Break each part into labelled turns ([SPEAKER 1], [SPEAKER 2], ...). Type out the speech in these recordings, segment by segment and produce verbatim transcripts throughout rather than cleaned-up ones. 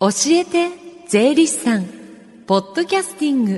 [SPEAKER 1] 教えて税理士さんポッドキャスティング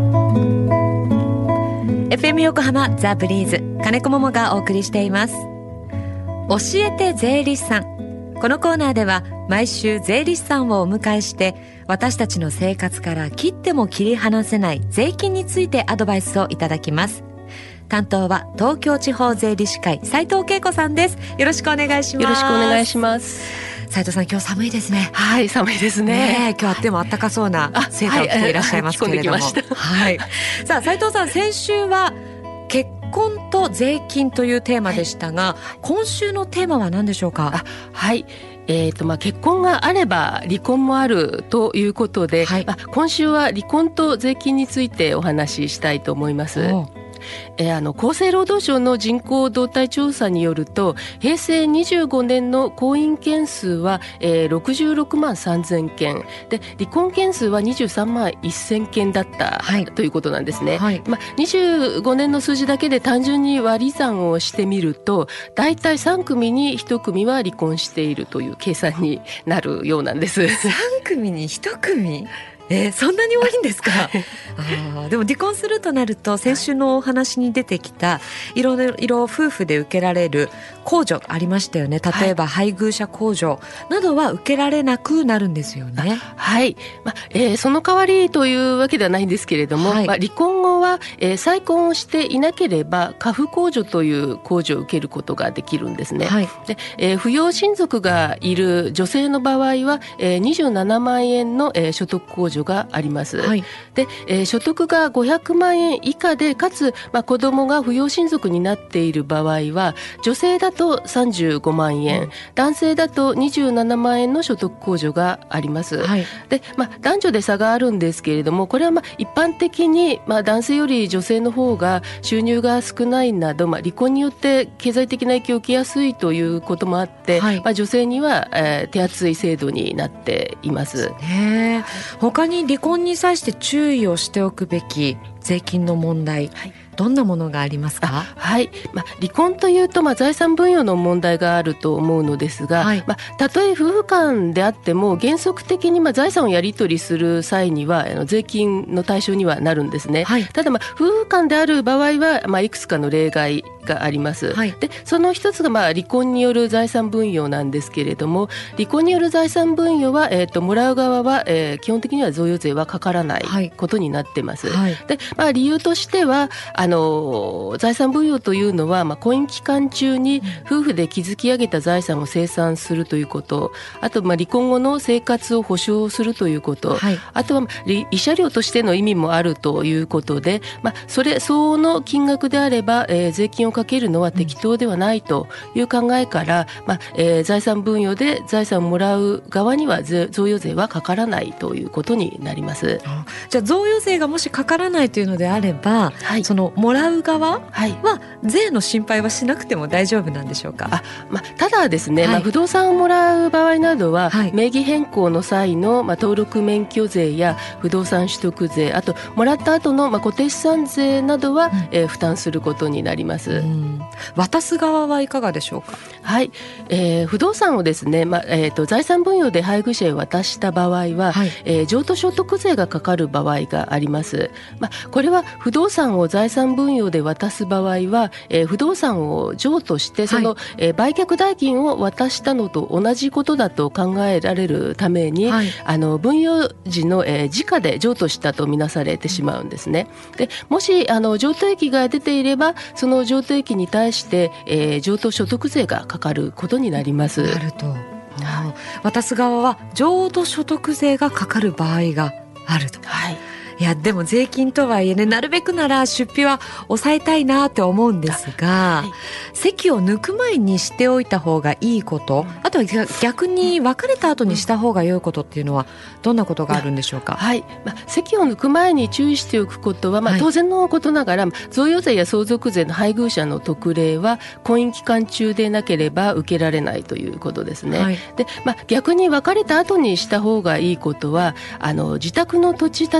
[SPEAKER 1] エフエム 横浜ザ・ブリーズ金子桃がお送りしています。教えて税理士さん。このコーナーでは毎週税理士さんをお迎えして私たちの生活から切っても切り離せない税金についてアドバイスをいただきます。担当は東京地方税理士会斉藤恵子さんです。よろしくお願いします。
[SPEAKER 2] よろしくお願いします。
[SPEAKER 1] 斉藤さん、今日寒いですね。
[SPEAKER 2] はい、寒いですね。
[SPEAKER 1] ね、今日あっても暖かそうなセーターを着ていらっしゃいますけれども、はい、はい、さあ斉藤さん、先週は結婚と税金というテーマでしたが、はい、今週のテーマは何でしょうか？
[SPEAKER 2] あ、はい、えーとまあ、結婚があれば離婚もあるということで、はい、まあ、今週は離婚と税金についてお話ししたいと思います。えー、あの厚生労働省の人口動態調査によると、平成にじゅうごねんの婚姻件数は、えー、ろくじゅうろくまんさんぜんけんで、離婚件数はにじゅうさんまんせんけんだった、はい、ということなんですね。はい、まあ、にじゅうごねんの数字だけで単純に割り算をしてみると、だいたいさんくみにいち組は離婚しているという計算になるようなんです。
[SPEAKER 1] さん組にいち組、えー、そんなに多いんですか？あ、でも離婚するとなると、先週のお話に出てきたいろいろ夫婦で受けられる控除ありましたよね。例えば配偶者控除などは受けられなくなるんですよね。
[SPEAKER 2] はい、まあえー、その代わりというわけではないんですけれども、はい、まあ、離婚後は、えー、再婚をしていなければ家父控除という控除を受けることができるんですね。はい、でえー、扶養親族がいる女性の場合は、えー、にじゅうななまんえんの、えー、所得控除があります。はい、で、えー、所得がごひゃくまんえん以下で、かつ、まあ、子供が扶養親族になっている場合は、女性だとさんじゅうごまんえん、うん、男性だとにじゅうななまんえんの所得控除があります。はい、で、まあ、男女で差があるんですけれども、これはまあ一般的に、まあ、男性より女性の方が収入が少ないなど、まあ、離婚によって経済的な影響を受けやすいということもあって、はい、まあ、女性には、えー、手厚い制度になっています。
[SPEAKER 1] へー、他に離婚に際して注意をしておくべき税金の問題、はい、どんなものがありますか？
[SPEAKER 2] はい、まあ、離婚というと、まあ、財産分与の問題があると思うのですが、はい、まあ、たとえ夫婦間であっても原則的にまあ財産をやり取りする際にはあの税金の対象にはなるんですね。はい、ただ、まあ、夫婦間である場合は、まあ、いくつかの例外があります。はい、でその一つがまあ離婚による財産分与なんですけれども、離婚による財産分与は、えー、ともらう側は、えー、基本的には贈与税はかからないことになっています。はい、でまあ、理由としてはあの財産分与というのは、まあ、婚姻期間中に夫婦で築き上げた財産を清算するということ、あとまあ離婚後の生活を保障するということ、はい、あとは慰謝料としての意味もあるということで、まあ、それ相応の金額であれば、えー、税金をかけるのは適当ではないという考えから、まあえー、財産分与で財産をもらう側には贈与税はかからないということになります。
[SPEAKER 1] あ、じゃあ贈与税がもしかからないというのであれば、はい、そのもらう側は税の心配はしなくても大丈夫なんでしょうか？
[SPEAKER 2] あ、まあ、ただですね、はい、まあ、不動産をもらう場合などは、はい、名義変更の際の、まあ、登録免許税や不動産取得税、あともらった後の、まあ、固定資産税などは、うん、えー、負担することになります。うん、
[SPEAKER 1] 渡す側はいかがでしょうか？
[SPEAKER 2] はい、えー、不動産をですね、まあえー、と財産分与で配偶者へ渡した場合は、はい、えー、譲渡所得税がかかる場合があります。まあ、これは不動産を財産分与で渡す場合は、えー、不動産を譲渡してその、はい、えー、売却代金を渡したのと同じことだと考えられるために、はい、あの分与時の、えー、時価で譲渡したとみなされてしまうんですね。でもしあの譲渡益が出ていれば、その譲渡益に対して、えー、譲渡所得税がかかることになります。
[SPEAKER 1] なると、渡す側は譲渡所得税がかかる場合があると。はい、いやでも税金とはいえね、なるべくなら出費は抑えたいなって思うんですが、はい、籍を抜く前にしておいた方がいいこと、あとは逆に別れた後にした方が良いことっていうのはどんなことがあるんでしょうか？
[SPEAKER 2] はい、まあ、籍を抜く前に注意しておくことは、まあ、当然のことながら、はい、贈与税や相続税の配偶者の特例は婚姻期間中でなければ受けられないということですね。はい、でまあ、逆に別れた後にした方がいいことは、あの自宅の土地建物を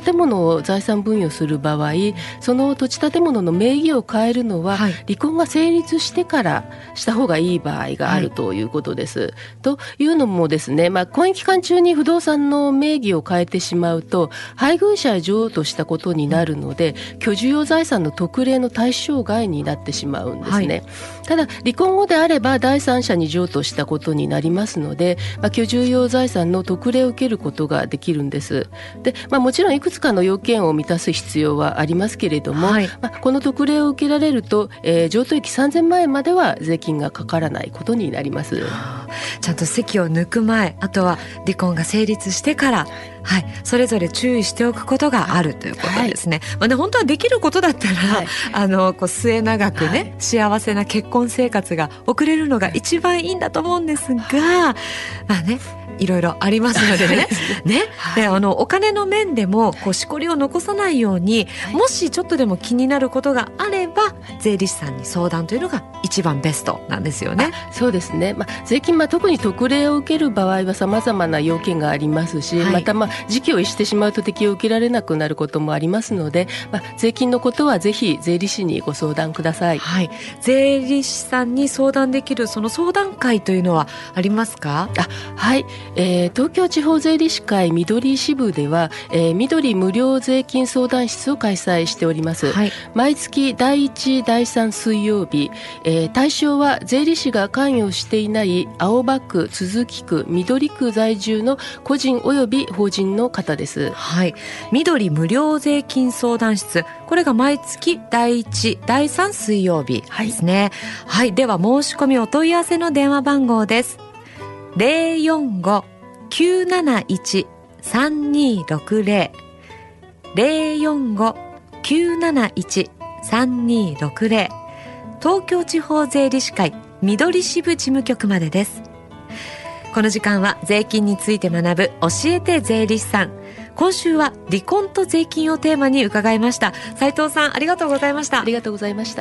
[SPEAKER 2] を財産分与する場合、その土地建物の名義を変えるのは、はい、離婚が成立してからした方がいい場合があるということです、はい、というのもですね、まあ、婚姻期間中に不動産の名義を変えてしまうと配偶者へ譲渡したことになるので、うん、居住用財産の特例の対象外になってしまうんですね、はい、ただ離婚後であれば第三者に譲渡したことになりますので、まあ、居住用財産の特例を受けることができるんです。で、まあ、もちろんいくつかの要件を満たす必要はありますけれども、はい、まあ、この特例を受けられると、えー、譲渡益さんぜんまんえんまでは税金がかからないことになります。
[SPEAKER 1] ちゃんと籍を抜く前、あとは離婚が成立してから、はい、それぞれ注意しておくことがあるということですね、はい、まあね、本当はできることだったら、はい、あのこう末永くね、はい、幸せな結婚生活が送れるのが一番いいんだと思うんですが、まあね、いろいろありますのでねね、で、あのお金の面でもこうしこりを残さないように、はい、もしちょっとでも気になることがあれば、はい、税理士さんに相談というのが一番ベストなんですよね。
[SPEAKER 2] そうですね、まあ、税金、まあ、特に特例を受ける場合は様々な要件がありますし、はい、また、まあ、時期を逸してしまうと適用を受けられなくなることもありますので、まあ、税金のことはぜひ税理士にご相談ください。
[SPEAKER 1] はい、税理士さんに相談できるその相談会というのはありますか？
[SPEAKER 2] あ、はい、えー、東京地方税理士会緑支部では、えー、緑無料税金相談室を開催しております、はい、毎月だいいち、だいさん水曜日、えー、対象は税理士が関与していない青葉区、都筑区、緑区在住の個人及び法人の方です。
[SPEAKER 1] はい、緑無料税金相談室、これが毎月だいいち、だいさん水曜日ですね。はい、はい、では申し込みお問い合わせの電話番号です。ゼロよんご きゅうなないち さんにろくゼロ ゼロよんご きゅうなないち さんにろくゼロ、東京地方税理士会緑支部事務局までです。この時間は税金について学ぶ教えて税理士さん、今週は離婚と税金をテーマに伺いました。斉藤さん、ありがとうございました。
[SPEAKER 2] ありがとうございました。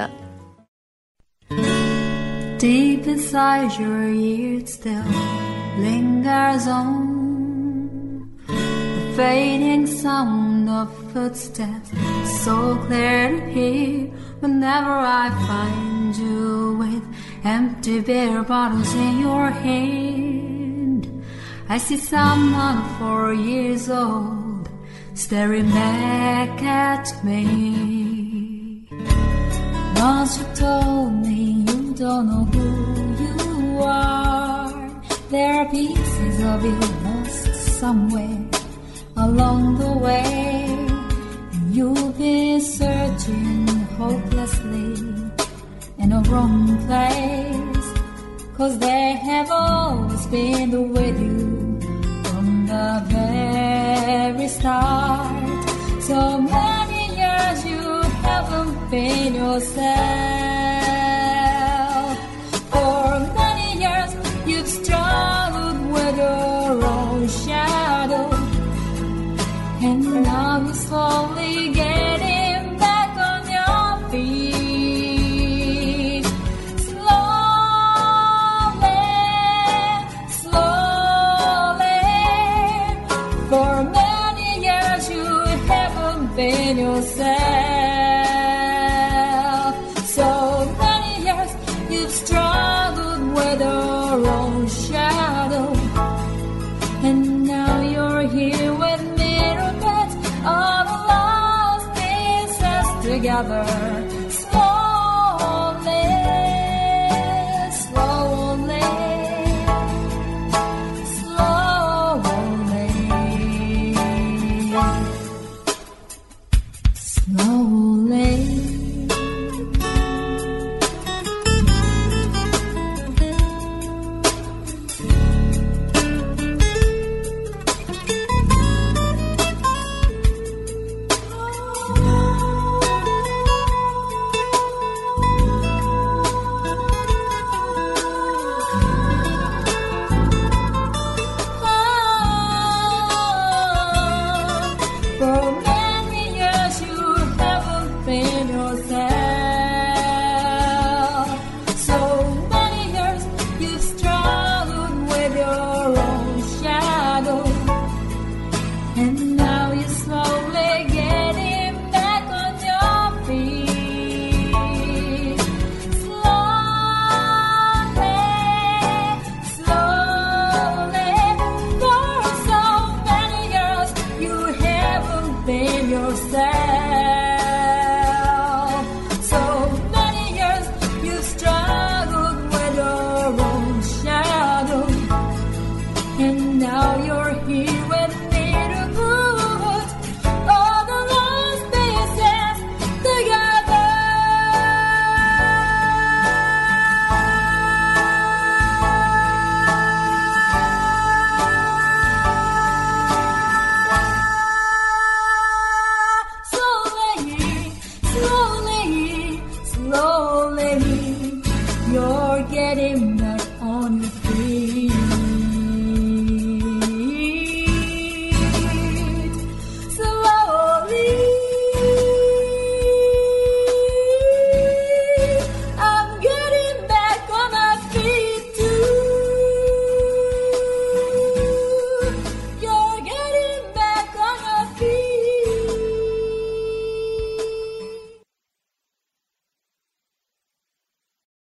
[SPEAKER 3] Deep inside your ears still lingers on the fading sound of footsteps, so clear to hear whenever I find you with empty beer bottles in your hand. I see someone four years old staring back at me. Once you told me you don't know who you are, there are pieces of you lost somewhere along the way, and you've been searching hopelessly in a wrong place, 'cause they have always been with you from the very start. So many years you haven't been yourself. For many years you've struggled with your own shadow, and now you're slowly getting back on your feet. Slowly, slowly. For many years you haven't been yourself. So many years you've struggled with your own shadow, and now you're here with me, all the lost pieces together.